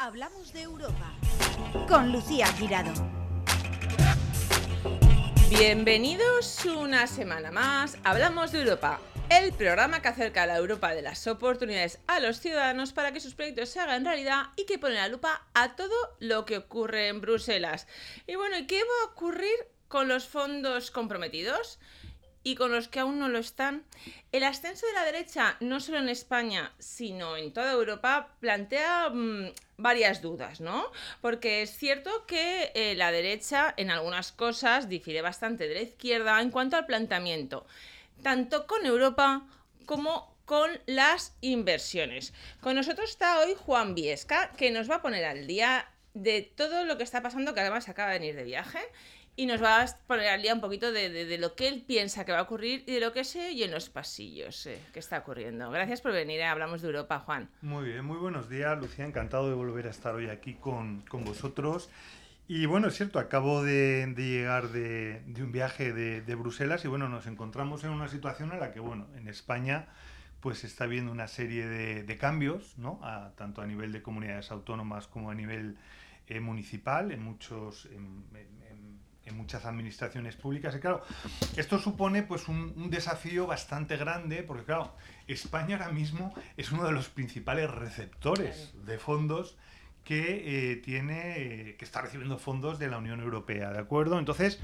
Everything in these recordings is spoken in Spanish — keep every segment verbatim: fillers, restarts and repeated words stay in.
Hablamos de Europa con Lucía Girado. Bienvenidos una semana más a Hablamos de Europa, el programa que acerca a la Europa de las oportunidades a los ciudadanos para que sus proyectos se hagan realidad y que pone la lupa a todo lo que ocurre en Bruselas. Y bueno, ¿y qué va a ocurrir con los fondos comprometidos? Y con los que aún no lo están. El ascenso de la derecha, no solo en España, sino en toda Europa, plantea mmm, varias dudas, ¿no? Porque es cierto que eh, la derecha en algunas cosas difiere bastante de la izquierda en cuanto al planteamiento, tanto con Europa como con las inversiones. Con nosotros está hoy Juan Viesca, que nos va a poner al día de todo lo que está pasando, que además acaba de venir de viaje. Y nos va a poner al día un poquito de, de, de lo que él piensa que va a ocurrir y de lo que se oye en los pasillos eh, que está ocurriendo. Gracias por venir, eh. Hablamos de Europa, Juan. Muy bien, muy buenos días, Lucía. Encantado de volver a estar hoy aquí con, con vosotros. Y bueno, es cierto, acabo de, de llegar de, de un viaje de, de Bruselas y bueno, nos encontramos en una situación en la que, bueno, en España pues está habiendo una serie de, de cambios, ¿no? A, tanto a nivel de comunidades autónomas como a nivel eh, municipal, en muchos... En, en, en, en muchas administraciones públicas. Y claro, esto supone pues un, un desafío bastante grande, porque claro, España ahora mismo es uno de los principales receptores de fondos que eh, tiene, eh, que está recibiendo fondos de la Unión Europea, ¿de acuerdo? Entonces,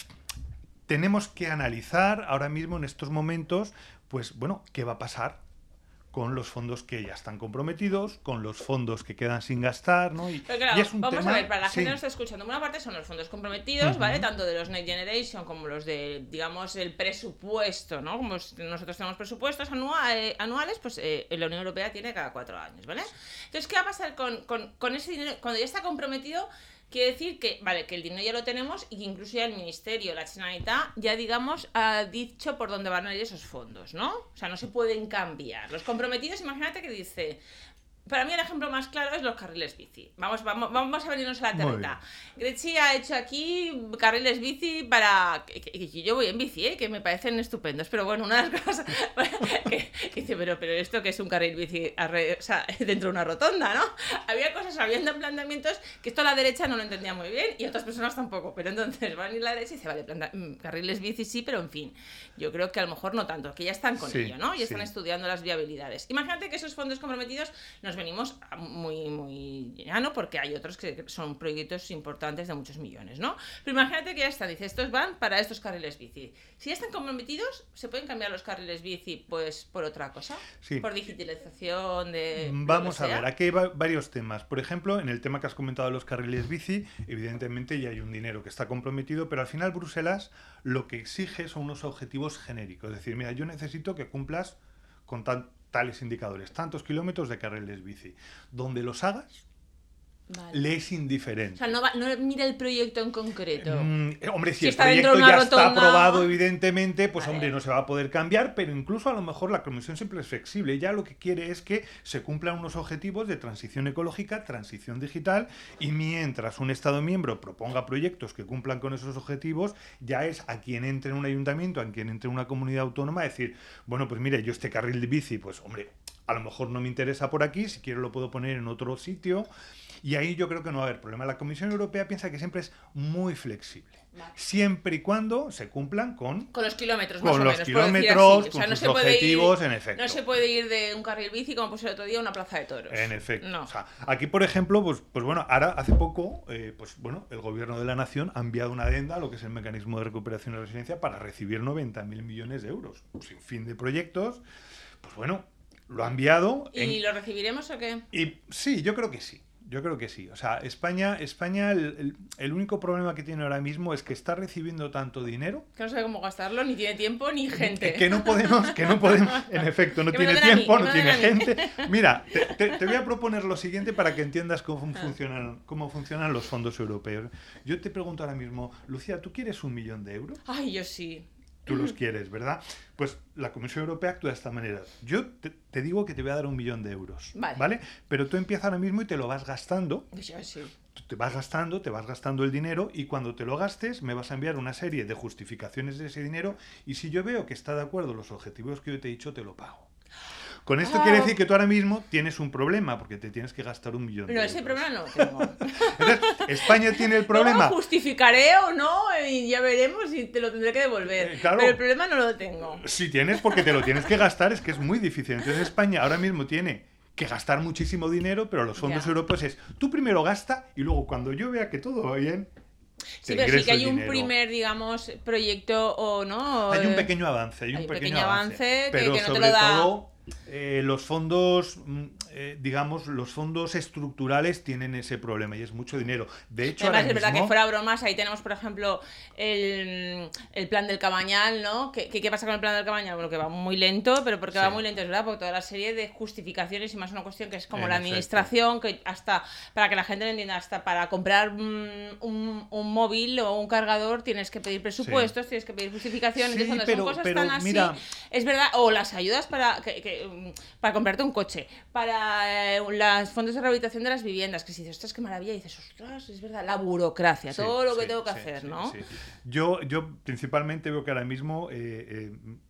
tenemos que analizar ahora mismo en estos momentos, pues bueno, ¿qué va a pasar con los fondos que ya están comprometidos, con los fondos que quedan sin gastar, ¿no? Y, Pero claro, y es un vamos tema, a ver, para la gente sí. que nos está escuchando, una parte son los fondos comprometidos, Uh-huh. ¿vale? Tanto de los Next Generation como los de, digamos, el presupuesto, ¿no? Como nosotros tenemos presupuestos anuales, anuales pues eh, la Unión Europea tiene cada cuatro años, ¿vale? Entonces, ¿qué va a pasar con, con, con ese dinero? Cuando ya está comprometido, quiere decir que, vale, que el dinero ya lo tenemos y que incluso ya el Ministerio, la Generalitat, ya, digamos, ha dicho por dónde van a ir esos fondos, ¿no? O sea, no se pueden cambiar. Los comprometidos, imagínate que dice... Para mí el ejemplo más claro es los carriles bici. Vamos, vamos, vamos a venirnos a la terreta. Grechi ha hecho aquí carriles bici para... Que, que, que yo voy en bici, ¿eh? Que me parecen estupendos. Pero bueno, una de las cosas... que, que dice, pero, pero esto que es un carril bici arre... o sea, dentro de una rotonda, ¿no? Había cosas, había planteamientos que esto a la derecha no lo entendía muy bien y otras personas tampoco. Pero entonces van a ir a la derecha y dice, vale, planta... carriles bici sí, pero en fin. Yo creo que a lo mejor no tanto, que ya están con sí, ello, ¿no? Y están sí. estudiando las viabilidades. Imagínate que esos fondos comprometidos nos venimos muy, muy llano porque hay otros que son proyectos importantes de muchos millones, ¿no? Pero imagínate que ya está, dice, estos van para estos carriles bici. Si ya están comprometidos, ¿se pueden cambiar los carriles bici pues por otra cosa? Sí. Por digitalización de... Vamos a ver, aquí hay va- varios temas. Por ejemplo, en el tema que has comentado de los carriles bici, evidentemente ya hay un dinero que está comprometido, pero al final Bruselas lo que exige son unos objetivos genéricos. Es decir, mira, yo necesito que cumplas con tan tales indicadores, tantos kilómetros de carriles bici. Donde los hagas, vale. Le es indiferente. O sea, no, va, no mira el proyecto en concreto. Mm, hombre, si, si el proyecto ya rotonda... está aprobado, evidentemente, pues vale. hombre, no se va a poder cambiar, pero incluso a lo mejor la Comisión siempre es flexible. Ya lo que quiere es que se cumplan unos objetivos de transición ecológica, transición digital, y mientras un Estado miembro proponga proyectos que cumplan con esos objetivos, ya es a quien entre en un ayuntamiento, a quien entre en una comunidad autónoma, decir, bueno, pues mire, yo este carril de bici, pues hombre, a lo mejor no me interesa por aquí, si quiero lo puedo poner en otro sitio. Y ahí yo creo que no va a haber problema. La Comisión Europea piensa que siempre es muy flexible. Vale. Siempre y cuando se cumplan con... Con los kilómetros, con más los o menos, kilómetros, o sea, con no sus se puede objetivos, ir, en efecto. No se puede ir de un carril bici, como puse el otro día, a una plaza de toros. En efecto. No. O sea, aquí, por ejemplo, pues, pues bueno, ahora hace poco, eh, pues bueno, el Gobierno de la Nación ha enviado una adenda a lo que es el Mecanismo de Recuperación y Resiliencia para recibir noventa mil millones de euros. Sin fin de proyectos. Pues bueno, lo ha enviado. ¿Y en... lo recibiremos o qué? Y sí, yo creo que sí. Yo creo que sí. O sea, España, España el, el, el único problema que tiene ahora mismo es que está recibiendo tanto dinero. Que no sabe cómo gastarlo, ni tiene tiempo, ni gente. Que no podemos, que no podemos, en efecto, no tiene tiempo, no tiene gente. Mira, te, te, te voy a proponer lo siguiente para que entiendas cómo funcionan, cómo funcionan los fondos europeos. Yo te pregunto ahora mismo, Lucía, ¿tú quieres un millón de euros? Ay, yo sí. Tú los quieres, ¿verdad? Pues la Comisión Europea actúa de esta manera. Yo te, te digo que te voy a dar un millón de euros, vale. ¿vale? Pero tú empiezas ahora mismo y te lo vas gastando. Yo sí. Tú te vas gastando, te vas gastando el dinero y cuando te lo gastes me vas a enviar una serie de justificaciones de ese dinero y si yo veo que está de acuerdo los objetivos que yo te he dicho, te lo pago. Con esto Ah. quiere decir que tú ahora mismo tienes un problema, porque te tienes que gastar un millón de No, euros. ese problema no lo tengo. Entonces, España tiene el problema. Luego justificaré o no y ya veremos y te lo tendré que devolver. Eh, claro. Pero el problema no lo tengo. Si tienes, porque te lo tienes que gastar, es que es muy difícil. Entonces España ahora mismo tiene que gastar muchísimo dinero, pero los fondos Ya. europeos es, tú primero gasta y luego cuando yo vea que todo va bien, Sí, te pero sí ingreso que hay el un dinero. primer, digamos, proyecto o no. Hay un eh, pequeño avance, hay un hay pequeño, pequeño avance, avance que- pero que no te sobre lo da- todo eh, los fondos, mm, eh, digamos, los fondos estructurales tienen ese problema y es mucho dinero. De hecho, Además, ahora es verdad mismo, que fuera bromas, ahí tenemos, por ejemplo, el, el plan del Cabañal, ¿no? ¿Qué, qué, qué pasa con el plan del Cabañal? Bueno, que va muy lento, pero porque Sí. va muy lento, es verdad, porque toda la serie de justificaciones y más una cuestión que es como En la efecto. administración, que hasta, para que la gente lo entienda, hasta para comprar mm, un, un móvil o un cargador tienes que pedir presupuestos, tienes que pedir justificaciones, Sí, entonces pero- son cosas pero tan así, mira- es verdad, o las ayudas para, que, que, mm, para comprarte un coche, para eh, los fondos de rehabilitación de las viviendas, que si dices, ostras, qué maravilla, y dices, ostras, es verdad, la burocracia, Sí, todo lo que sí, tengo que sí, hacer, sí, ¿no? sí. Yo, yo principalmente veo que ahora mismo, eh, eh,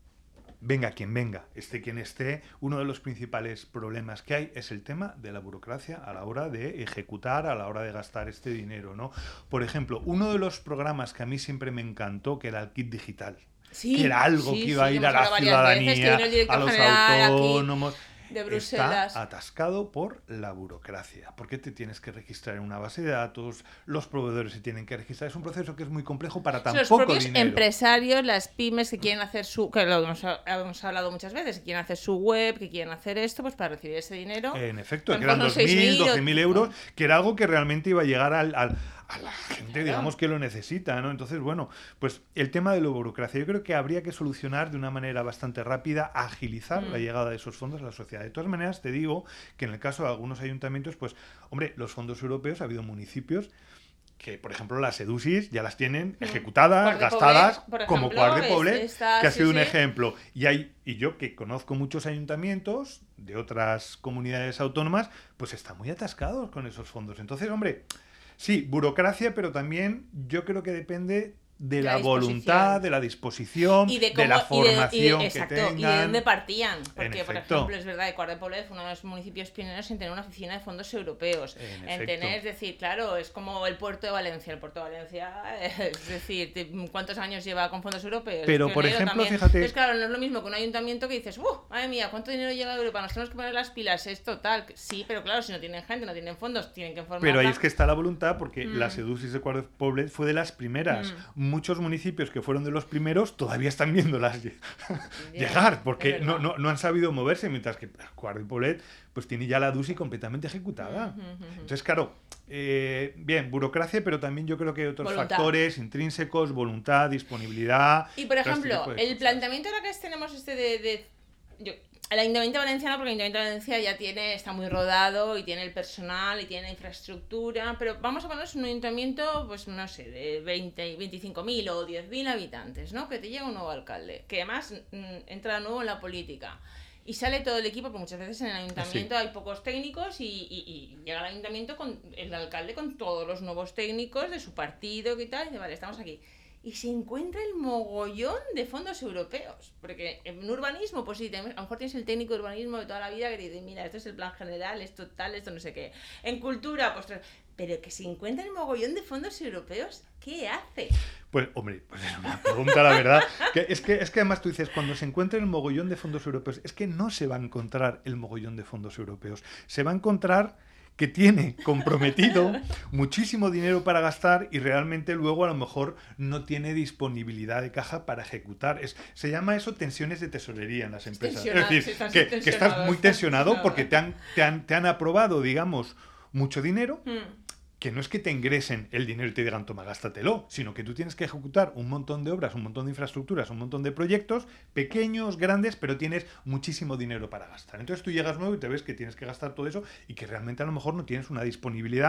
venga quien venga, esté quien esté, uno de los principales problemas que hay es el tema de la burocracia a la hora de ejecutar, a la hora de gastar este dinero, ¿no? Por ejemplo, uno de los programas que a mí siempre me encantó, que era el kit digital, Sí, que era algo sí, que iba a sí, ir hemos a la hablado varias veces, que ciudadanía, vino el director a los general aquí autónomos. de Bruselas. Está atascado por la burocracia, porque te tienes que registrar en una base de datos, los proveedores se tienen que registrar, es un proceso que es muy complejo para tan Los poco propios dinero. empresarios, las pymes que quieren hacer su, que lo hemos, hemos hablado muchas veces, que quieren hacer su web, que quieren hacer esto, pues para recibir ese dinero. En efecto, Son que eran unos dos mil, seis mil o- doce mil euros, que era algo que realmente iba a llegar al, al- a la gente, Claro. digamos, que lo necesita, ¿no? Entonces, bueno, pues el tema de la burocracia, yo creo que habría que solucionar de una manera bastante rápida, agilizar Mm. la llegada de esos fondos a la sociedad. De todas maneras, te digo que en el caso de algunos ayuntamientos, pues, hombre, los fondos europeos, ha habido municipios que, por ejemplo, las EDUSIS ya las tienen ejecutadas, Quart de gastadas, Poblet, por como ejemplo, Quart de es- Poblet, está- que ha sí, sido un sí. ejemplo. Y hay y yo que conozco muchos ayuntamientos de otras comunidades autónomas, pues están muy atascados con esos fondos. Entonces, hombre, sí, burocracia, pero también yo creo que depende de La la, voluntad, disposición. de la disposición, Y de, de cómo, la y de- formación y de, exacto, que y de tengan. dónde partían. Porque, por efecto. ejemplo, es verdad que Quart de Poblet fue uno de los municipios pioneros en tener una oficina de fondos europeos. En En, efecto. tener, es decir, claro, es como el puerto de Valencia. El puerto de Valencia, es decir, te- ¿cuántos años lleva con fondos europeos? Pero, por Pionero ejemplo, también. fíjate- Entonces, claro, no es lo mismo que un ayuntamiento que dices, ¡uh! Madre mía, ¿cuánto dinero llega de Europa? Nos tenemos que poner las pilas, es total. Sí, pero claro, si no tienen gente, no tienen fondos, tienen que formar. Pero ahí es que está la voluntad, porque Mm. la SEDUSIS de Quart de Poblet fue de las primeras. Mm. Muchos municipios que fueron de los primeros todavía están viéndolas lle- llegar, porque es no, verdad. no, no han sabido moverse, mientras que Quart de Poblet pues tiene ya la DUSI completamente ejecutada. Ujú, ujú. Entonces, claro, eh, bien, burocracia, pero también yo creo que hay otros Voluntad. factores intrínsecos, voluntad, disponibilidad. Y por todo este ejemplo, tipo de el cosas. planteamiento ahora que tenemos este de, de yo, el Ayuntamiento Valenciano, porque el Ayuntamiento de Valencia ya tiene, está muy rodado y tiene el personal y tiene la infraestructura, pero vamos a ponernos un ayuntamiento, pues no sé, de veinte, veinticinco mil o diez mil habitantes, ¿no? Que te llega un nuevo alcalde, que además mm, entra nuevo en la política. Y sale todo el equipo, porque muchas veces en el ayuntamiento hay pocos técnicos y, y- y llega el ayuntamiento con el alcalde con todos los nuevos técnicos de su partido y tal, y dice, vale, estamos aquí. Y se encuentra el mogollón de fondos europeos. Porque en urbanismo, pues sí, tenemos- a lo mejor tienes el técnico de urbanismo de toda la vida que te dice, mira, esto es el plan general, esto tal, esto no sé qué. En cultura, pues... Pero que se encuentra el mogollón de fondos europeos, ¿qué hace? Pues, hombre, pues es una pregunta, la verdad. Que es, que, es que además tú dices, cuando se encuentre el mogollón de fondos europeos, es que no se va a encontrar el mogollón de fondos europeos. Se va a encontrar que tiene comprometido muchísimo dinero para gastar y realmente luego a lo mejor no tiene disponibilidad de caja para ejecutar. Es, se llama eso tensiones de tesorería en las empresas. Es Tensionado, sí, decir, estás que, tensionado, que estás muy estás tensionado tensionado. porque te han, te han, te han aprobado, digamos, mucho dinero. Hmm. Que no es que te ingresen el dinero y te digan, toma, gástatelo, sino que tú tienes que ejecutar un montón de obras, un montón de infraestructuras, un montón de proyectos, pequeños, grandes, pero tienes muchísimo dinero para gastar. Entonces tú llegas nuevo y te ves que tienes que gastar todo eso y que realmente a lo mejor no tienes una disponibilidad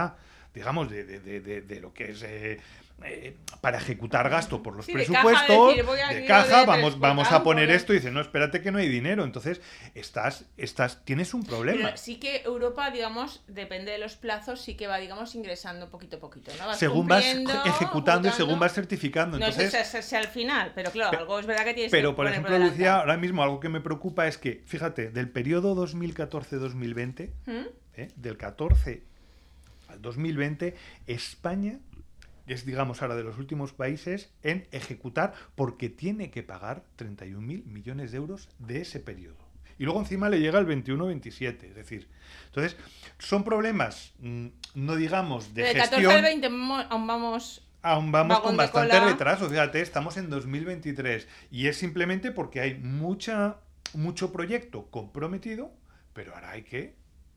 digamos, de, de, de, de, de lo que es... Eh, Eh, para ejecutar gasto por los sí, presupuestos, de caja, decir, voy a de caja de vamos, vamos a poner ¿no? esto y dice, no, espérate que no hay dinero. Entonces, estás, estás, tienes un problema. Pero sí que Europa, digamos, depende de los plazos, sí que va, digamos, ingresando poquito a poquito, ¿no? Vas según vas ejecutando ejecutando y según vas certificando. Entonces, no sé si es al final, pero claro, pero, algo es verdad que tienes pero que por poner ejemplo, por delante. Lucía, ahora mismo algo que me preocupa es que, fíjate, del periodo dos mil catorce dos mil veinte, ¿Mm? ¿eh? del catorce al dos mil veinte, España es, digamos, ahora de los últimos países en ejecutar porque tiene que pagar treinta y un mil millones de euros de ese periodo. Y luego encima le llega el veintiuno veintisiete, es decir, entonces, son problemas, no digamos, de, de gestión... catorce al veinte aún vamos... Aún vamos con bastante cola. retraso, fíjate, estamos en dos mil veintitrés y es simplemente porque hay mucha, mucho proyecto comprometido, pero ahora hay que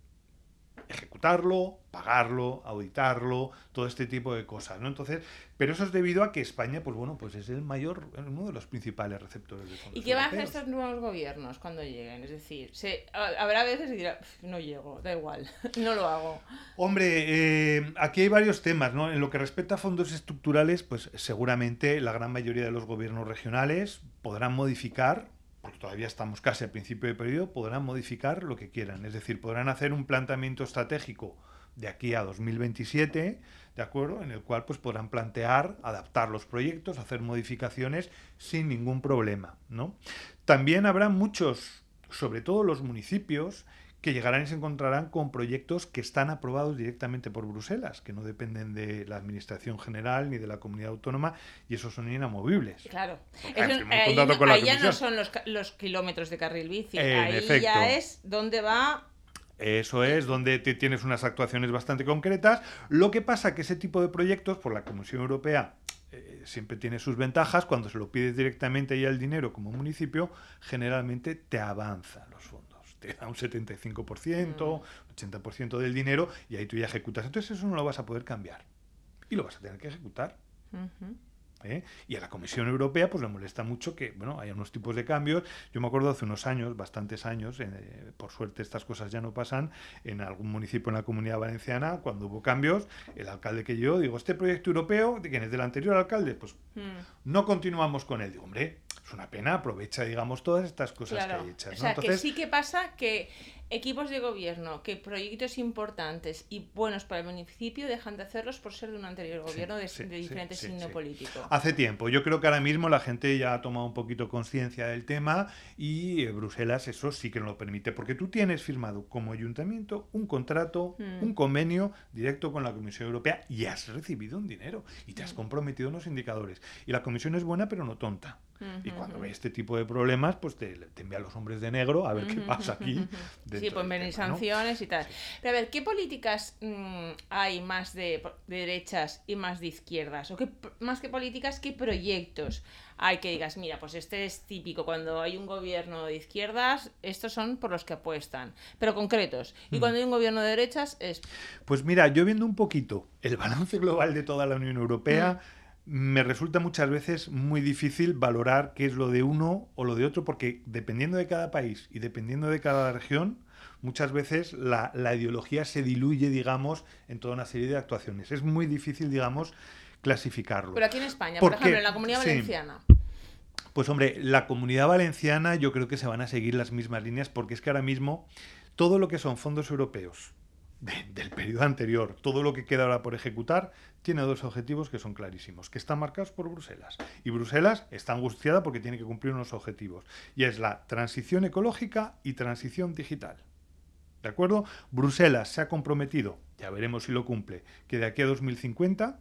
ejecutarlo, pagarlo, auditarlo, todo este tipo de cosas, ¿no? Entonces, pero eso es debido a que España, pues bueno, pues es el mayor, uno de los principales receptores de fondos ¿Y qué van a hacer europeos. estos nuevos gobiernos cuando lleguen? Es decir, se, habrá veces que dirá, no llego, da igual, no lo hago. Hombre, eh, aquí hay varios temas, ¿no? En lo que respecta a fondos estructurales, pues seguramente la gran mayoría de los gobiernos regionales podrán modificar, porque todavía estamos casi al principio de periodo, podrán modificar lo que quieran. Es decir, podrán hacer un planteamiento estratégico de aquí a dos mil veintisiete, ¿de acuerdo? En el cual pues podrán plantear, adaptar los proyectos, hacer modificaciones sin ningún problema, ¿no? También habrá muchos, sobre todo los municipios, que llegarán y se encontrarán con proyectos que están aprobados directamente por Bruselas, que no dependen de la Administración General ni de la Comunidad Autónoma, y esos son inamovibles. Claro. Porque, Eso, en fin, ahí un no, con la ahí ya no Comisión. son los, los kilómetros de carril bici, En ahí efecto. ya es donde va... Eso es, donde te tienes unas actuaciones bastante concretas. Lo que pasa que ese tipo de proyectos, por la Comisión Europea, eh, siempre tiene sus ventajas. Cuando se lo pides directamente ya el dinero como municipio, generalmente te avanzan los fondos. Te da un setenta y cinco por ciento, Mm. ochenta por ciento del dinero y ahí tú ya ejecutas. Entonces eso no lo vas a poder cambiar. Y lo vas a tener que ejecutar. Uh-huh. ¿Eh? Y a la Comisión Europea pues le molesta mucho que, bueno, haya unos tipos de cambios. Yo me acuerdo hace unos años, bastantes años, eh, por suerte estas cosas ya no pasan, en algún municipio en la Comunidad Valenciana, cuando hubo cambios, el alcalde que yo, digo, este proyecto europeo, ¿de quién es? ¿Del anterior alcalde? Pues Mm. no continuamos con él. Digo, hombre, es una pena, aprovecha, digamos, todas estas cosas Claro. que hay hechas, ¿no? O sea, Entonces, que sí que pasa que equipos de gobierno, que proyectos importantes y buenos para el municipio dejan de hacerlos por ser de un anterior gobierno de, sí, de sí, diferente sí, signo sí. político. Hace tiempo. Yo creo que ahora mismo la gente ya ha tomado un poquito conciencia del tema y eh, Bruselas eso sí que no lo permite, porque tú tienes firmado como ayuntamiento un contrato, Mm. un convenio directo con la Comisión Europea y has recibido un dinero y te has Mm. comprometido en los indicadores. Y la Comisión es buena pero no tonta. Uh-huh. Y cuando ve este tipo de problemas, pues te, te envía a los hombres de negro a ver qué pasa aquí. Sí, dentro pues del venir tema, ¿no? sanciones y tal. Pero a ver, ¿qué políticas mmm, hay más de, de derechas y más de izquierdas? ¿O qué, más que políticas, qué proyectos hay que digas, mira, pues este es típico, cuando hay un gobierno de izquierdas, estos son por los que apuestan, pero concretos. Y Hmm. cuando hay un gobierno de derechas, es... Pues mira, yo viendo un poquito el balance global de toda la Unión Europea, Mm. me resulta muchas veces muy difícil valorar qué es lo de uno o lo de otro, porque dependiendo de cada país y dependiendo de cada región, muchas veces la, la ideología se diluye, digamos, en toda una serie de actuaciones. Es muy difícil, digamos, clasificarlo. Pero aquí en España, Porque, por ejemplo, en la Comunidad sí. Valenciana. Pues hombre, la Comunidad Valenciana yo creo que se van a seguir las mismas líneas, porque es que ahora mismo todo lo que son fondos europeos de, del periodo anterior, todo lo que queda ahora por ejecutar, tiene dos objetivos que son clarísimos, que están marcados por Bruselas. Y Bruselas está angustiada porque tiene que cumplir unos objetivos. Y es la transición ecológica y transición digital. ¿De acuerdo? Bruselas se ha comprometido, ya veremos si lo cumple, que de aquí a dos mil cincuenta,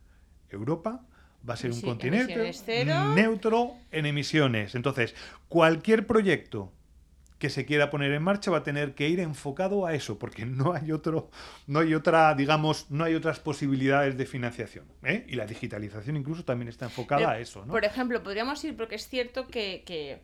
Europa va a ser un Sí, continente emisiones cero. neutro en emisiones. Entonces, cualquier proyecto que se quiera poner en marcha va a tener que ir enfocado a eso, porque no hay otro, no hay otra, digamos, no hay otras posibilidades de financiación, ¿eh? Y la digitalización incluso también está enfocada Pero, a eso, ¿no? Por ejemplo, podríamos ir, porque es cierto que, que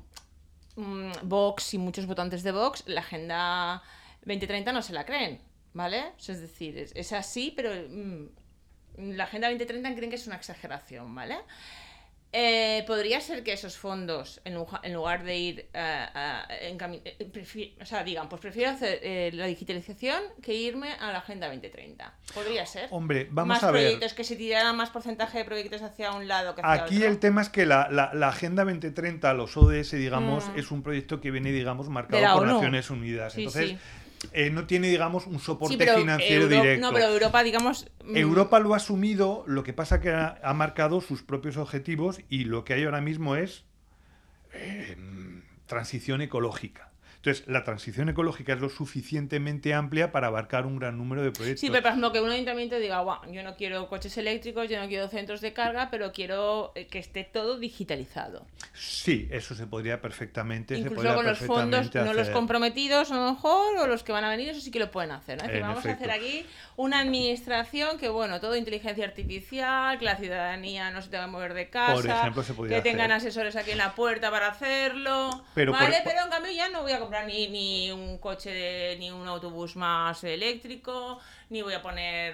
mm, Vox y muchos votantes de Vox, la Agenda veinte treinta no se la creen, ¿vale? O sea, es decir, es, es así, pero mm, la Agenda veinte treinta creen que es una exageración, ¿vale? Eh, podría ser que esos fondos, en, en lugar de ir uh, uh, en camino, eh, o sea, digan, pues prefiero hacer eh, la digitalización que irme a la Agenda veinte treinta. Podría ser. Hombre, vamos más a ver. proyectos, que se tiraran más porcentaje de proyectos hacia un lado que hacia Aquí otro. el tema es que la, la, la Agenda veinte treinta, los O D S, digamos, mm. es un proyecto que viene, digamos, marcado por Naciones Unidas. Sí, Entonces, sí. Eh, no tiene, digamos, un soporte sí, pero financiero Euro... directo. No, pero Europa, digamos... Europa lo ha asumido, lo que pasa que ha, ha marcado sus propios objetivos y lo que hay ahora mismo es eh, transición ecológica. Entonces, la transición ecológica es lo suficientemente amplia para abarcar un gran número de proyectos. Sí, pero por ejemplo, que un ayuntamiento diga, wow, yo no quiero coches eléctricos, yo no quiero centros de carga, pero quiero que esté todo digitalizado. Sí, eso se podría perfectamente Incluso se podría con los fondos, hacer. no los comprometidos a lo mejor, o los que van a venir, eso sí que lo pueden hacer, ¿no? Es decir, vamos efecto. a hacer aquí una administración que, bueno, todo inteligencia artificial, que la ciudadanía no se tenga que mover de casa, por ejemplo, se podría que tengan hacer. asesores aquí en la puerta para hacerlo, pero ¿vale? Por... Pero en cambio ya no voy a comprar ni, ni un coche, de, ni un autobús más eléctrico, ni voy a poner,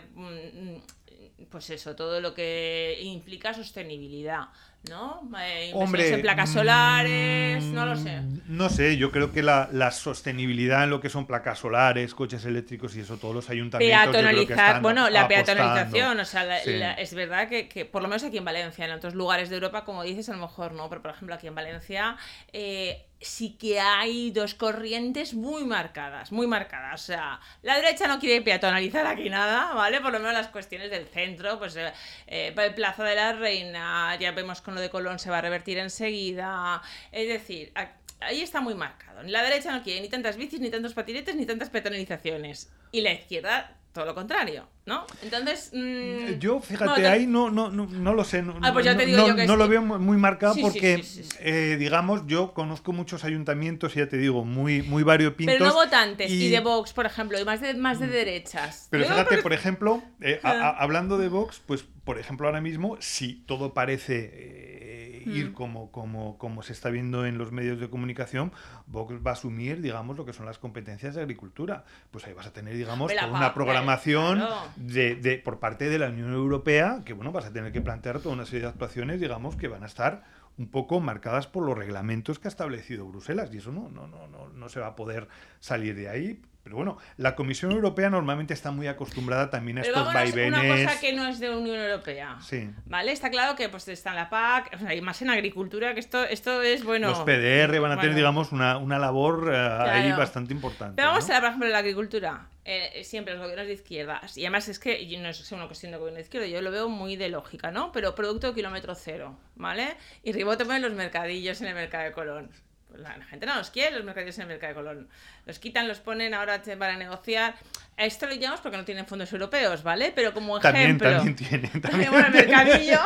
pues eso, todo lo que implica sostenibilidad, ¿no? Eh, Hombre, en placas solares, mmm, no lo sé. No sé, yo creo que la, la sostenibilidad en lo que son placas solares, coches eléctricos y eso, todos los ayuntamientos. Peatonalizar, bueno, la apostando. peatonalización, o sea, la, sí. la, es verdad que, que, por lo menos aquí en Valencia, en otros lugares de Europa, como dices, a lo mejor no, pero por ejemplo aquí en Valencia eh, sí que hay dos corrientes muy marcadas, muy marcadas. O sea, la derecha no quiere peatonalizar aquí nada, ¿vale? Por lo menos las cuestiones del centro, pues eh, eh, el Plaza de la Reina, ya vemos con lo de Colón se va a revertir enseguida. Es decir, ahí está muy marcado. La derecha no quiere ni tantas bicis, ni tantos patinetes, ni tantas peatonalizaciones. Y la izquierda, todo lo contrario, ¿no? Entonces... Mmm, yo, fíjate, bueno, ahí no, no, no, no lo sé. No, ah, pues ya te digo no, yo que no sí. lo veo muy marcado sí, porque, sí, sí, sí, sí. Eh, digamos, yo conozco muchos ayuntamientos, ya te digo, muy, muy variopintos. Pero no votantes, y, y de Vox, por ejemplo, y más de, más de derechas. Pero yo fíjate, porque... por ejemplo, eh, a, a, hablando de Vox, pues, por ejemplo, ahora mismo, si todo parece... Eh, ir como, como, como se está viendo en los medios de comunicación, Vox va a asumir, digamos, lo que son las competencias de agricultura. Pues ahí vas a tener, digamos, toda una programación claro. de, de, por parte de la Unión Europea, que, bueno, vas a tener que plantear toda una serie de actuaciones, digamos, que van a estar un poco marcadas por los reglamentos que ha establecido Bruselas, y eso no, no, no, no, no se va a poder salir de ahí. Pero bueno, la Comisión Europea normalmente está muy acostumbrada también a Pero estos vámonos, vaivenes. Una cosa que no es de la Unión Europea. Sí. ¿Vale? Está claro que pues está en la P A C, o sea, y más en agricultura, que esto, esto es bueno. Los P D R van a bueno. tener, digamos, una, una labor uh, claro. ahí bastante importante. Pero vamos ¿no? a ver, por ejemplo, la agricultura. Eh, siempre los gobiernos de izquierda. Y además es que yo no es una cuestión de gobierno de izquierda, yo lo veo muy de lógica, ¿no? Pero producto de kilómetro cero, ¿vale? Y rebote en los mercadillos en el mercado de Colón. La gente no los quiere, los mercadillos en el mercado de Colón. Los quitan, los ponen ahora para negociar. Esto lo llamamos porque no tienen fondos europeos, ¿vale? Pero como también, ejemplo... También tiene. También bueno, el mercadillo...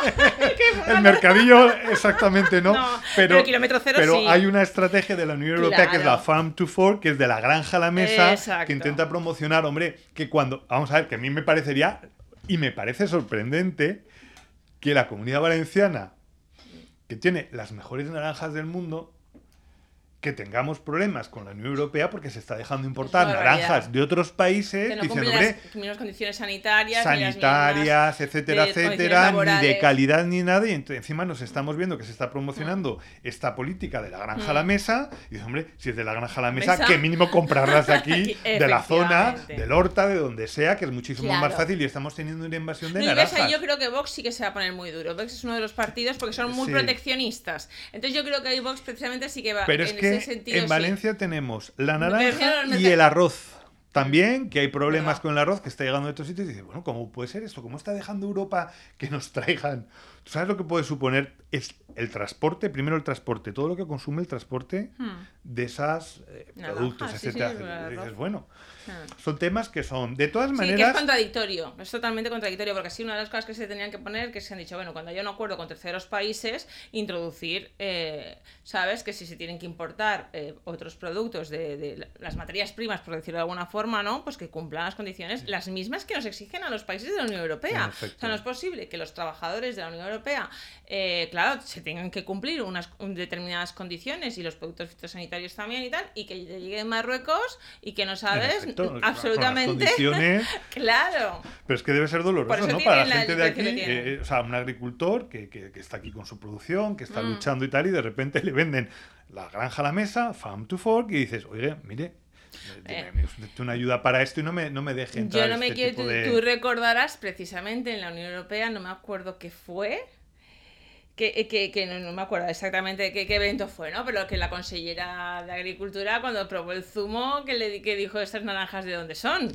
el mercadillo, exactamente, ¿no? no pero, pero kilómetro cero pero sí. hay una estrategia de la Unión Europea claro. que es la Farm to Fork, que es de la granja a la mesa, Exacto. que intenta promocionar, hombre, que cuando... Vamos a ver, que a mí me parecería, y me parece sorprendente, que la Comunidad Valenciana, que tiene las mejores naranjas del mundo... que tengamos problemas con la Unión Europea porque se está dejando importar naranjas de otros países que no diciendo, cumplen las mismas condiciones sanitarias, sanitarias, ni etcétera, de etcétera, ni de calidad ni nada, y encima nos estamos viendo que se está promocionando mm. esta política de la granja mm. a la mesa, y dices, hombre, si es de la granja a la mesa, ¿Mesa? que mínimo comprarlas de aquí, de la zona, del Horta, de donde sea, que es muchísimo claro. más fácil, y estamos teniendo una invasión de no, naranjas. Ves, yo creo que Vox sí que se va a poner muy duro. Vox es uno de los partidos porque son muy sí. proteccionistas. Entonces yo creo que ahí Vox precisamente sí que va Pero en es que ese sentido. En Valencia sí. tenemos la naranja y el arroz. También, que hay problemas no. con el arroz, que está llegando de otros sitios, y dices, bueno, ¿cómo puede ser esto? ¿Cómo está dejando Europa que nos traigan? ¿Tú sabes lo que puede suponer? Es el transporte, primero el transporte, todo lo que consume el transporte hmm. de esos eh, productos, sí, etcétera. Sí, y dices, bueno, hmm. son temas que son, de todas maneras... Sí, que es contradictorio, es totalmente contradictorio, porque sí, una de las cosas que se tenían que poner, que se han dicho, bueno, cuando haya un acuerdo con terceros países, introducir, eh, ¿sabes? Que si se tienen que importar eh, otros productos de, de las materias primas, por decirlo de alguna forma, ¿no? Pues que cumplan las condiciones, las mismas que nos exigen a los países de la Unión Europea. Perfecto. O sea, no es posible que los trabajadores de la Unión Europea, eh, claro, se tengan que cumplir unas determinadas condiciones y los productos fitosanitarios también y tal, y que llegue de Marruecos y que no sabes efecto, absolutamente... condiciones... claro. Pero es que debe ser doloroso, Por eso ¿no? tienen Para la la gente de aquí, licencia que tienen. eh, o sea, un agricultor que, que, que está aquí con su producción, que está Mm. luchando y tal, y de repente le venden la granja a la mesa, farm to fork, y dices, oye, mire, Eh. dime usted una ayuda para esto y no me, no me deje entrar Yo no me este quiero... tipo Tú, de... tú recordarás precisamente en la Unión Europea, no me acuerdo qué fue, que, que, que no, no me acuerdo exactamente qué, qué evento fue, ¿no? Pero que la consellera de Agricultura, cuando probó el zumo, que le di- que dijo, ¿estas naranjas de dónde son?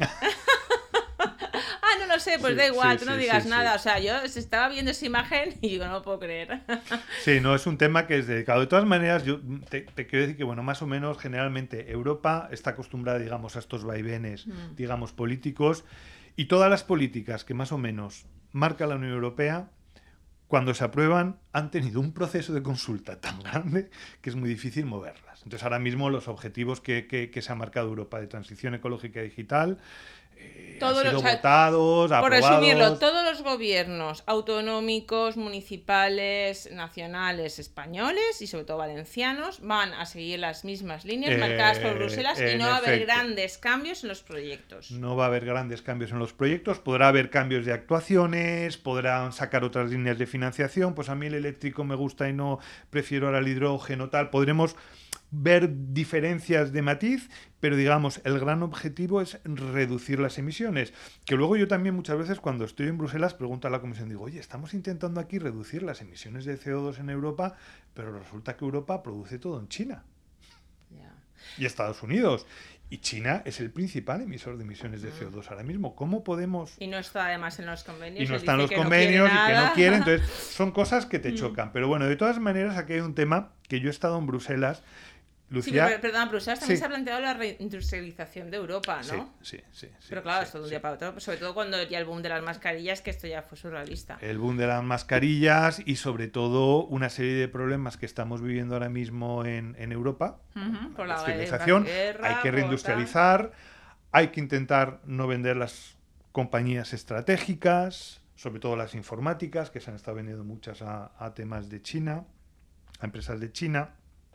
Ah, no lo sé, pues Sí, da igual, sí, tú no sí, digas sí, nada. sí. O sea, yo estaba viendo esa imagen y digo, no lo puedo creer. Sí, no, es un tema que es delicado. De todas maneras, yo te, te quiero decir que, bueno, más o menos, generalmente, Europa está acostumbrada, digamos, a estos vaivenes, Mm. digamos, políticos, y todas las políticas que más o menos marca la Unión Europea, cuando se aprueban, han tenido un proceso de consulta tan grande que es muy difícil moverlas. Entonces, ahora mismo, los objetivos que, que, que se ha marcado Europa de transición ecológica y digital eh, Todo han lo- sido o sea, votados, Por aprobados... resumirlo, todos los gobiernos autonómicos, municipales, nacionales, españoles y sobre todo valencianos van a seguir las mismas líneas Eh, marcadas por Bruselas y en no va a haber efecto. grandes cambios en los proyectos. No va a haber grandes cambios en los proyectos, podrá haber cambios de actuaciones, podrán sacar otras líneas de financiación, pues a mí el eléctrico me gusta y no prefiero ahora el hidrógeno, tal, podremos ver diferencias de matiz, pero digamos, el gran objetivo es reducir las emisiones, que luego yo también muchas veces cuando estoy en Bruselas pregunto a la Comisión, digo, oye, estamos intentando aquí reducir las emisiones de C O dos en Europa, pero resulta que Europa produce todo en China Ya. y Estados Unidos. Y China es el principal emisor de emisiones de Mm. C O dos ahora mismo. ¿Cómo podemos...? Y no está además en los convenios. Y no se están dice los que no convenios quiere y que nada. no quieren. Entonces, son cosas que te Mm. chocan. Pero bueno, de todas maneras, aquí hay un tema que yo he estado en Bruselas. Sí, Lucía... pero, perdón, Bruselas también Sí. se ha planteado la reindustrialización de Europa, ¿no? Sí, sí, sí, sí, Pero claro, sí, esto de un sí. día para otro, sobre todo cuando ya el boom de las mascarillas, que esto ya fue surrealista. El boom de las mascarillas y sobre todo una serie de problemas que estamos viviendo ahora mismo en, en Europa. Ujú, por la Industrialización, guerra, hay que por reindustrializar, hay que intentar no vender las compañías estratégicas, sobre todo las informáticas, que se han estado vendiendo muchas a, a temas de China, a empresas de China.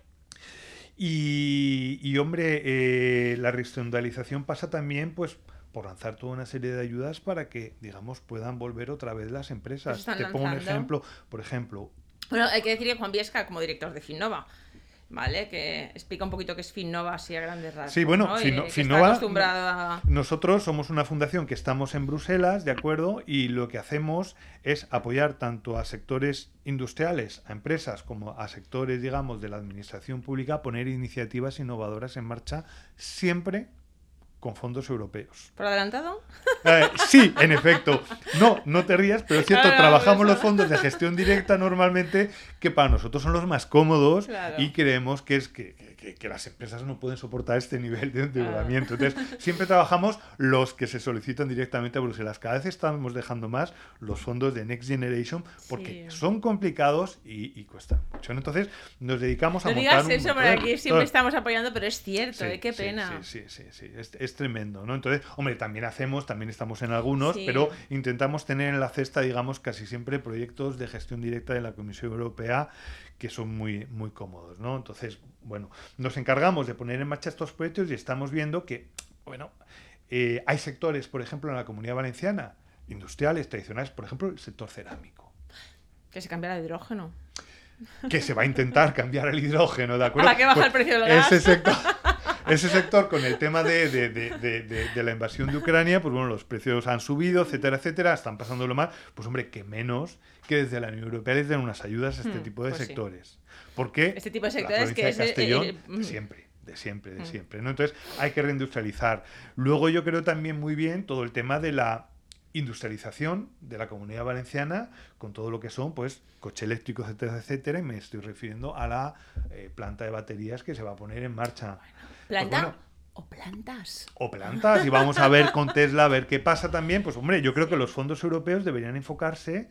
Y, y, hombre, eh, la reindustrialización pasa también, pues, por lanzar toda una serie de ayudas para que, digamos, puedan volver otra vez las empresas. Pues están Te pongo un lanzando. ejemplo, por ejemplo, Bueno, hay que decir que Juan Viesca, como director de Finnova, ¿vale? Que explica un poquito qué es Finnova así a grandes rasgos. Sí, bueno, ¿no? Y Finno- que Finnova- está acostumbrado a... nosotros somos una fundación que estamos en Bruselas, ¿de acuerdo? Y lo que hacemos es apoyar tanto a sectores industriales, a empresas, como a sectores, digamos, de la administración pública, a poner iniciativas innovadoras en marcha, siempre con fondos europeos. ¿Por adelantado? Eh, sí, en efecto. No, no te rías, pero es cierto, Claro, trabajamos eso. los fondos de gestión directa normalmente, que para nosotros son los más cómodos Claro. y creemos que es que, que- que las empresas no pueden soportar este nivel de Ah. endeudamiento. Entonces, siempre trabajamos los que se solicitan directamente a Bruselas. Cada vez estamos dejando más los fondos de Next Generation porque Sí. son complicados y, y cuestan mucho. Entonces, nos dedicamos a No montar digas un... eso, porque aquí siempre Entonces, estamos apoyando, pero es cierto, Sí, ¿eh? Qué sí, pena. Sí, sí, sí, sí. Es, es tremendo, ¿no? Entonces, hombre, también hacemos, también estamos en algunos, Sí. pero intentamos tener en la cesta, digamos, casi siempre proyectos de gestión directa de la Comisión Europea que son muy, muy cómodos, ¿no? Entonces, bueno, nos encargamos de poner en marcha estos proyectos y estamos viendo que, bueno, eh, hay sectores, por ejemplo, en la Comunidad Valenciana, industriales, tradicionales, por ejemplo, el sector cerámico, Que se cambia el hidrógeno. que se va a intentar cambiar el hidrógeno, ¿de acuerdo? Para que baja Pues el precio del gas. ese sector, ese sector con el tema de, de, de, de, de, de la invasión de Ucrania, pues bueno, los precios han subido, etcétera, etcétera, están pasándolo mal. Pues hombre, que menos que desde la Unión Europea les den unas ayudas a este Hmm, tipo de pues sí. sectores. Porque Este tipo de la sectores provincia que de es, eh, Castellón, eh, de siempre, de siempre, de Mm. siempre, ¿no? Entonces hay que reindustrializar. Luego yo creo también muy bien todo el tema de la industrialización de la Comunidad Valenciana con todo lo que son pues coche eléctrico, etcétera, etcétera, y me estoy refiriendo a la eh, planta de baterías que se va a poner en marcha. ¿Planta Pues bueno, o plantas? o plantas, y vamos a ver con Tesla a ver qué pasa también. Pues hombre, yo creo que los fondos europeos deberían enfocarse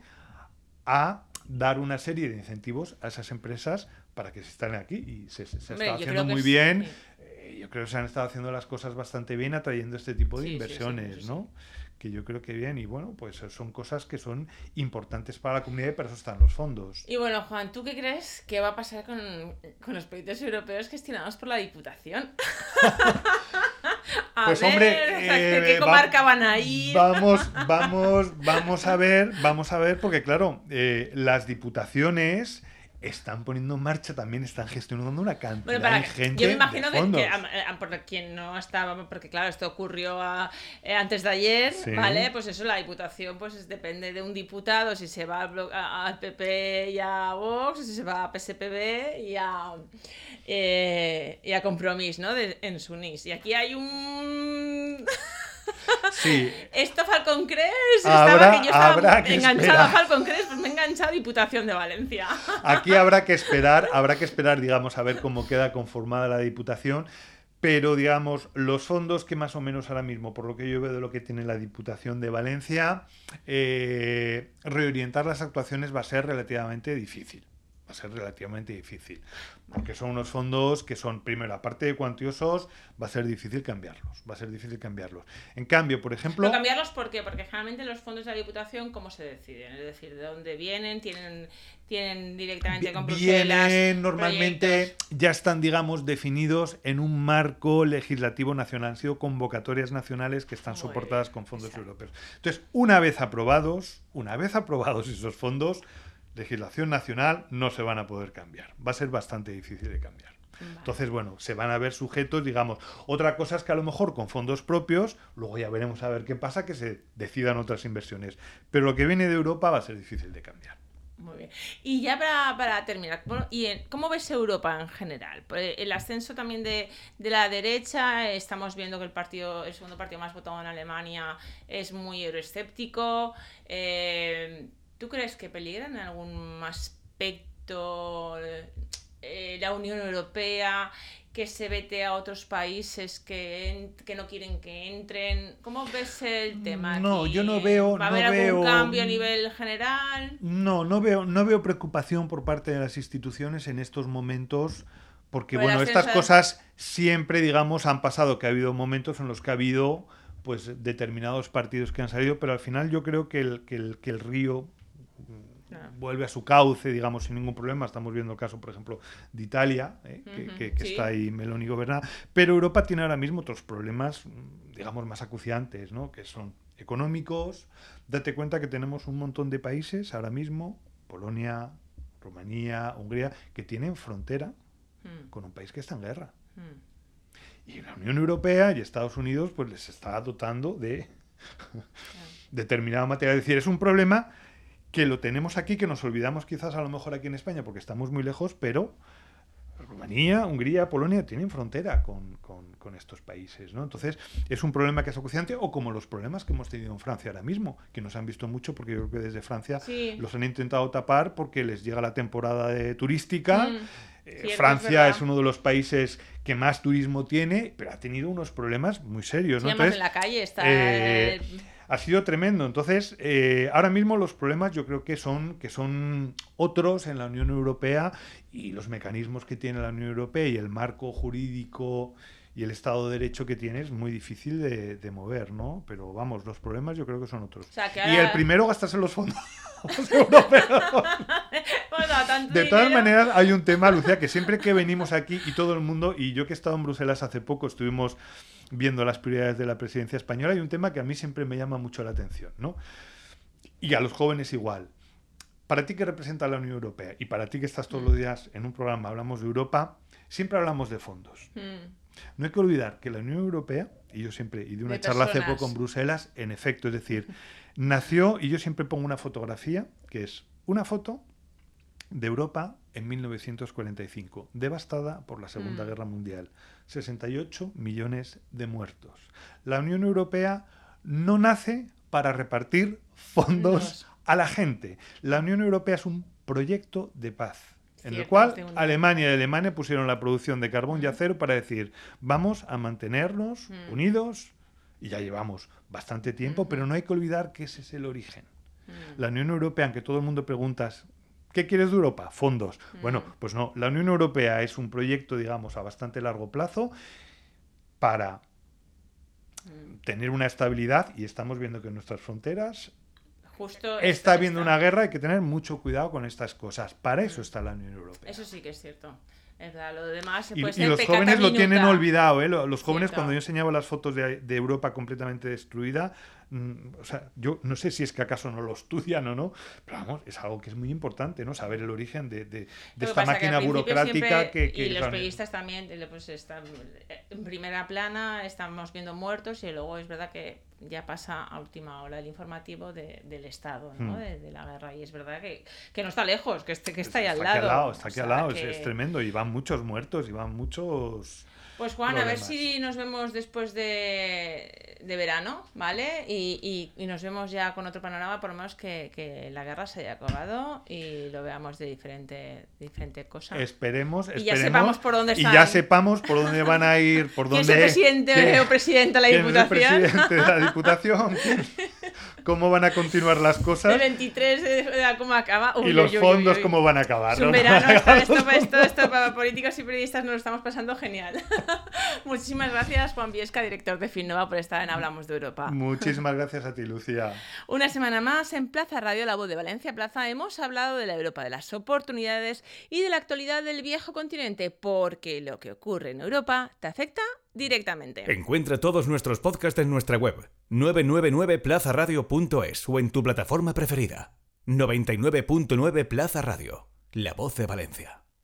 a dar una serie de incentivos a esas empresas para que se instalen aquí, y se, se, se Hombre, está yo haciendo creo que muy es- bien. sí. Eh, yo creo que se han estado haciendo las cosas bastante bien atrayendo este tipo de Sí, sí, sí, inversiones, sí, sí. ¿no? Que yo creo que bien, y bueno, pues son cosas que son importantes para la comunidad y para eso están los fondos. Y bueno, Juan, ¿tú qué crees que va a pasar con, con los proyectos europeos gestionados por la Diputación? A Pues ver, hombre, o sea, eh, ¿qué va- comarca van a ir? Vamos, vamos, vamos a ver, vamos a ver, porque claro, eh, las diputaciones están poniendo en marcha, también están gestionando una cantidad Bueno, para, ingente yo me imagino de que, fondos. que a- a- por quien no estaba, porque claro, esto ocurrió a- eh, antes de ayer, Sí. ¿vale? Pues eso, la diputación, pues es- depende de un diputado, si se va al, blo- a- al P P y a Vox, si se va a P S P B y a, eh, y a Compromís, ¿no? De, en Sunís. Y aquí hay un... Sí, Esto Falcon Crest, Habrá- estaba que yo estaba habrá que enganchada a esperar. Falcon Crest, pues me he enganchado a Diputación de Valencia. aquí habrá que esperar, habrá que esperar, digamos, a ver cómo queda conformada la Diputación, pero, digamos, los fondos que más o menos ahora mismo, por lo que yo veo de lo que tiene la Diputación de Valencia, eh, reorientar las actuaciones va a ser relativamente difícil. Va a ser relativamente difícil, porque son unos fondos que son, primero, aparte de cuantiosos, va a ser difícil cambiarlos, va a ser difícil cambiarlos. En cambio, por ejemplo... ¿Pero cambiarlos por qué? Porque generalmente los fondos de la Diputación, ¿cómo se deciden? Es decir, ¿de dónde vienen? ¿Tienen, tienen directamente con Bruselas? Vienen, normalmente proyectos? ya están, digamos, definidos en un marco legislativo nacional. Han sido convocatorias nacionales que están Muy soportadas bien, con fondos exacto. europeos. Entonces, una vez aprobados, una vez aprobados esos fondos, legislación nacional no se van a poder cambiar. Va a ser bastante difícil de cambiar. Vale. Entonces, bueno, se van a ver sujetos, digamos. Otra cosa es que a lo mejor con fondos propios, luego ya veremos a ver qué pasa, que se decidan otras inversiones. Pero lo que viene de Europa va a ser difícil de cambiar. Muy bien. Y ya para, para terminar, bueno, ¿y en- cómo ves Europa en general? Pues el ascenso también de, de la derecha, estamos viendo que el partido, el segundo partido más votado en Alemania es muy euroescéptico. Eh, ¿Tú crees que peligra en algún aspecto eh, la Unión Europea, que se vete a otros países que, en- que no quieren que entren? ¿Cómo ves el tema No, aquí? yo no veo- ¿Va a no haber algún veo- cambio a nivel general? No, no veo, no veo preocupación por parte de las instituciones en estos momentos, porque Pero bueno, las estas censas- cosas siempre, digamos, han pasado, que ha habido momentos en los que ha habido pues determinados partidos que han salido, pero al final yo creo que el, que el, que el río Claro. vuelve a su cauce, digamos, sin ningún problema. Estamos viendo el caso, por ejemplo, de Italia, ¿eh? que, Ujú, que- que sí. está ahí Meloni gobernada. Pero Europa tiene ahora mismo otros problemas, mm, digamos, más acuciantes, ¿no? Que son económicos. Date cuenta que tenemos un montón de países ahora mismo, Polonia, Rumanía, Hungría, que tienen frontera Mm, con un país que está en guerra. mm, Y la Unión Europea y Estados Unidos pues les está dotando de claro. determinada materia. Es decir, es un problema que lo tenemos aquí, que nos olvidamos quizás a lo mejor aquí en España porque estamos muy lejos, pero Rumanía, Hungría, Polonia tienen frontera con, con- con estos países, ¿no? Entonces, es un problema que es acuciante, o como los problemas que hemos tenido en Francia ahora mismo, que nos han visto mucho porque yo creo que desde Francia Sí. los han intentado tapar porque les llega la temporada de turística. Mm, Eh, cierto, es Francia verdad. es, uno de los países que más turismo tiene, pero ha tenido unos problemas muy serios, Sí, ¿no? además Entonces, en la calle está... eh, el- ha sido tremendo. Entonces, eh, ahora mismo los problemas yo creo que son, que son otros en la Unión Europea, y los mecanismos que tiene la Unión Europea y el marco jurídico y el Estado de Derecho que tiene es muy difícil de, de mover, ¿no? Pero vamos, los problemas yo creo que son otros. O sea, que Y ahora- el primero, gastarse los fondos europeos. Bueno, tanto De todas dinero. maneras, hay un tema, Lucía, que siempre que venimos aquí y todo el mundo, y yo que he estado en Bruselas hace poco, estuvimos viendo las prioridades de la presidencia española, hay un tema que a mí siempre me llama mucho la atención, ¿no? Y a los jóvenes igual. Para ti que representa la Unión Europea y para ti que estás todos los días en un programa, hablamos de Europa, siempre hablamos de fondos. Mm, No hay que olvidar que la Unión Europea, y yo siempre, y de una De charla hace personas. poco en Bruselas, en efecto, es decir, nació, y yo siempre pongo una fotografía, que es una foto de Europa en mil novecientos cuarenta y cinco, devastada por la Segunda Mm. Guerra Mundial, sesenta y ocho millones de muertos. La Unión Europea no nace para repartir fondos Fondos. a la gente. La Unión Europea es un proyecto de paz, en el Cierto, cual de un- Alemania y Alemania pusieron la producción de carbón y acero para decir, vamos a mantenernos Mm. unidos, y ya llevamos bastante tiempo, Ujú. pero no hay que olvidar que ese es el origen. mm. La Unión Europea, aunque todo el mundo pregunta, ¿qué quieres de Europa? Fondos. Mm. Bueno, pues no, la Unión Europea es un proyecto, digamos, a bastante largo plazo para Mm. tener una estabilidad, y estamos viendo que en nuestras fronteras Justo está esto habiendo está. una guerra, hay que tener mucho cuidado con estas cosas. Para eso está la Unión Europea. Eso sí que es cierto. Es verdad, lo demás Y, puede y ser los peccata jóvenes lo minuta. tienen olvidado, ¿eh? Los jóvenes, Cierto. cuando yo enseñaba las fotos de, de Europa completamente destruida, mmm, o sea, yo no sé si es que acaso no lo estudian o no, pero vamos, es algo que es muy importante, ¿no? Saber el origen de, de, de Lo que esta pasa que al máquina principio burocrática siempre- que, que Y los claro, periodistas también, pues están en primera plana, estamos viendo muertos y luego es verdad que ya pasa a última hora el informativo de, del Estado, ¿no? Hmm. De, de la guerra. Y es verdad que, que no está lejos, que, este, que está ahí al aquí lado. al lado, está O aquí sea, al lado, es- que- es, tremendo, y van muchos muertos, y van muchos... Pues Juan, a ver problemas. si nos vemos después de, de verano, ¿vale? Y, y, y nos vemos ya con otro panorama, por lo menos que, que la guerra se haya acabado y lo veamos de diferente, diferente cosa. Esperemos, Y ya esperemos, sepamos por dónde y están. ya sepamos por dónde van a ir, por ¿Quién dónde... es el presidente quién- o presidenta de la quién es el Diputación? presidente de la Diputación, quién- cómo van a continuar las El cosas veintitrés, de, cómo acaba. Uy, y los uy, uy, fondos uy. cómo van a acabar. Es un ¿no? verano, esto, esto, esto, esto para políticos y periodistas nos lo estamos pasando genial. Muchísimas gracias, Juan Viesca, director de Finnova, por estar en Hablamos de Europa. Muchísimas gracias a ti, Lucía. Una semana más en Plaza Radio, la voz de Valencia Plaza, hemos hablado de la Europa de las oportunidades y de la actualidad del viejo continente, porque lo que ocurre en Europa te afecta directamente. Encuentra todos nuestros podcasts en nuestra web nueve nueve nueve plaza radio punto es o en tu plataforma preferida. noventa y nueve punto nueve Plaza Radio, la voz de Valencia.